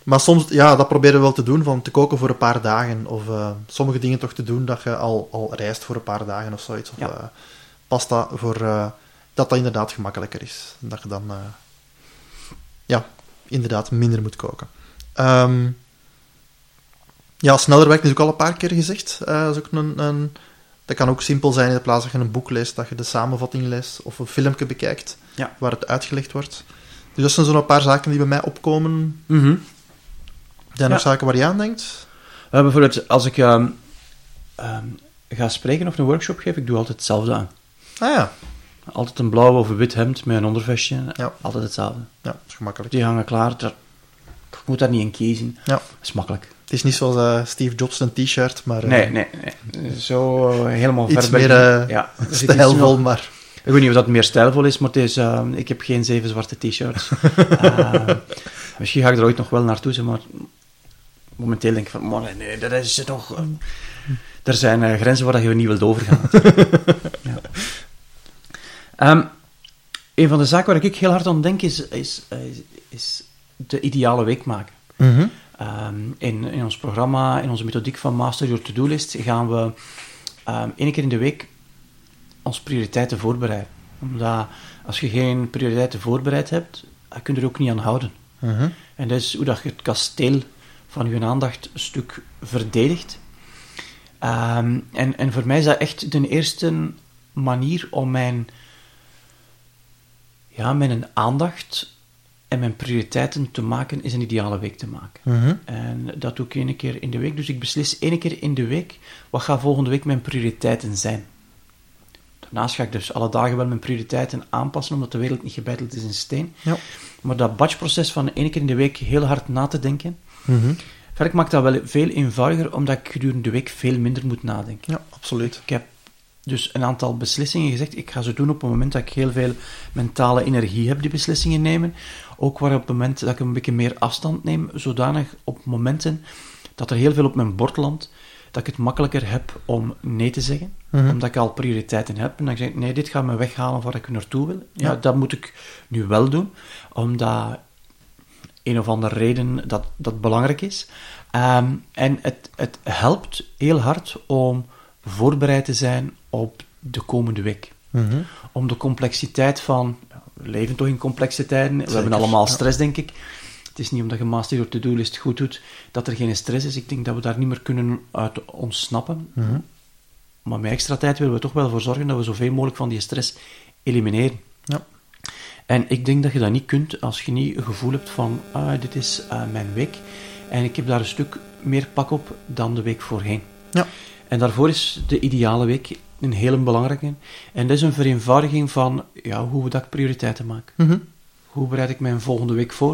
Maar soms, ja, dat proberen we wel te doen, van te koken voor een paar dagen. Of uh, sommige dingen toch te doen dat je al, al rijst voor een paar dagen of zoiets. Of ja. uh, pasta voor... Uh, dat dat inderdaad gemakkelijker is. Dat je dan... Uh, ja, inderdaad minder moet koken. Um, ja, sneller werken is ook al een paar keer gezegd. Uh, dat, is ook een, een, dat kan ook simpel zijn in de plaats dat je een boek leest, dat je de samenvatting leest of een filmpje bekijkt ja. waar het uitgelegd wordt. Dus dat zijn zo'n paar zaken die bij mij opkomen. Mm-hmm. Zijn er ja. nog zaken waar je aan denkt? Uh, bijvoorbeeld, als ik uh, uh, ga spreken of een workshop geef, ik doe altijd hetzelfde aan. Ah ja. Altijd een blauw of een wit hemd met een ondervestje. Ja. Altijd hetzelfde. Ja, dat is gemakkelijk. Die hangen klaar. Daar, ik moet daar niet in kiezen. Ja. Dat is makkelijk. Het is niet zoals uh, Steve Jobs een t-shirt, maar... Uh, nee, nee, nee. Zo uh, helemaal iets ver meer uh, ja, stijlvol, nog... maar... Ik weet niet of dat meer stijlvol is, maar het is, uh, ik heb geen zeven zwarte t-shirts. uh, misschien ga ik er ooit nog wel naartoe, maar momenteel denk ik van, man, nee, dat is toch... Uh, er zijn uh, grenzen waar je niet wilt overgaan. ja. um, een van de zaken waar ik heel hard aan denk, is, is, is, is de ideale week maken. Mm-hmm. Um, in, in ons programma, in onze methodiek van Master Your To-Do List, gaan we um, één keer in de week ons prioriteiten voorbereiden. Omdat als je geen prioriteiten voorbereid hebt, dan kun je er ook niet aan houden. Mm-hmm. En dat is hoe dat je het kasteel van je aandacht een stuk verdedigt. Um, en, en voor mij is dat echt de eerste manier om mijn, ja, mijn aandacht en mijn prioriteiten te maken, is een ideale week te maken. Mm-hmm. En dat doe ik één keer in de week. Dus ik beslis één keer in de week, wat gaat volgende week mijn prioriteiten zijn. Daarnaast ga ik dus alle dagen wel mijn prioriteiten aanpassen, omdat de wereld niet gebeiteld is in steen. Ja. Maar dat batchproces van één keer in de week heel hard na te denken, mm-hmm. verder maakt dat wel veel eenvoudiger, omdat ik gedurende de week veel minder moet nadenken. Ja, absoluut. Ik heb dus een aantal beslissingen gezegd. Ik ga ze doen op het moment dat ik heel veel mentale energie heb, die beslissingen nemen. Ook waar op het moment dat ik een beetje meer afstand neem, zodanig op momenten dat er heel veel op mijn bord landt, dat ik het makkelijker heb om nee te zeggen. Mm-hmm. Omdat ik al prioriteiten heb. En dan zeg ik, nee, dit gaat me weghalen waar ik naartoe wil. Ja, Ja. dat moet ik nu wel doen. Omdat een of andere reden dat, dat belangrijk is. Um, en het, het helpt heel hard om voorbereid te zijn op de komende week. Mm-hmm. Om de complexiteit van... We leven toch in complexe tijden. We Zeker, hebben allemaal ja. stress, denk ik. Het is niet omdat je Master Your To-Do List goed doet, dat er geen stress is. Ik denk dat we daar niet meer kunnen uit ontsnappen. Mm-hmm. Maar met extra tijd willen we toch wel voor zorgen dat we zoveel mogelijk van die stress elimineren. Ja. En ik denk dat je dat niet kunt als je niet een gevoel hebt van, ah, dit is uh, mijn week. En ik heb daar een stuk meer pak op dan de week voorheen. Ja. En daarvoor is de ideale week een hele belangrijke. En dat is een vereenvoudiging van ja, hoe dat ik prioriteiten maak. Mm-hmm. Hoe bereid ik mijn volgende week voor?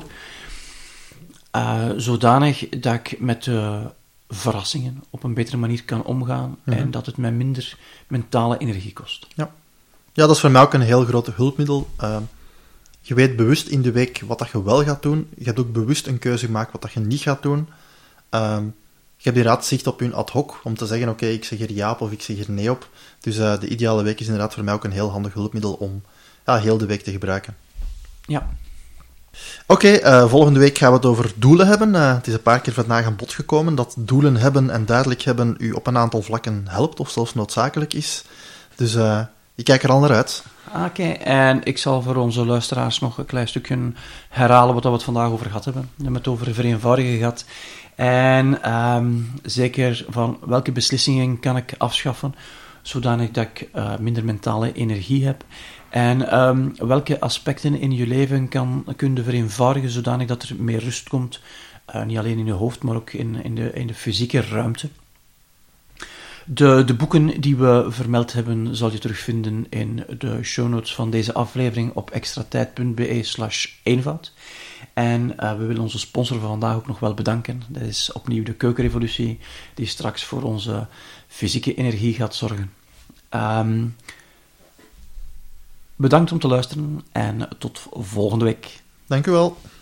Uh, zodanig dat ik met uh, verrassingen op een betere manier kan omgaan. Mm-hmm. En dat het mij minder mentale energie kost. Ja. Ja, dat is voor mij ook een heel groot hulpmiddel. Uh, je weet bewust in de week wat dat je wel gaat doen. Je hebt ook bewust een keuze gemaakt wat dat je niet gaat doen. Uh, je hebt inderdaad zicht op je ad hoc om te zeggen, oké, okay, ik zeg hier ja op of ik zeg hier nee op. Dus uh, de ideale week is inderdaad voor mij ook een heel handig hulpmiddel om ja, heel de week te gebruiken. Ja. Oké, okay, uh, volgende week gaan we het over doelen hebben. Uh, het is een paar keer vandaag aan bod gekomen dat doelen hebben en duidelijk hebben u op een aantal vlakken helpt of zelfs noodzakelijk is. Dus uh, ik kijk er al naar uit. Oké, okay, en ik zal voor onze luisteraars nog een klein stukje herhalen wat we het vandaag over gehad hebben. We hebben het over vereenvoudigen gehad. En um, zeker van welke beslissingen kan ik afschaffen, zodanig dat ik uh, minder mentale energie heb. En um, welke aspecten in je leven kan, kun je vereenvoudigen, zodanig dat er meer rust komt. Uh, niet alleen in je hoofd, maar ook in, in, de, in de fysieke ruimte. De, de boeken die we vermeld hebben, zal je terugvinden in de show notes van deze aflevering op extratijd.be slash eenvoud. En uh, we willen onze sponsor van vandaag ook nog wel bedanken. Dat is opnieuw de Keukenrevolutie, die straks voor onze fysieke energie gaat zorgen. Um, bedankt om te luisteren en tot volgende week. Dank u wel.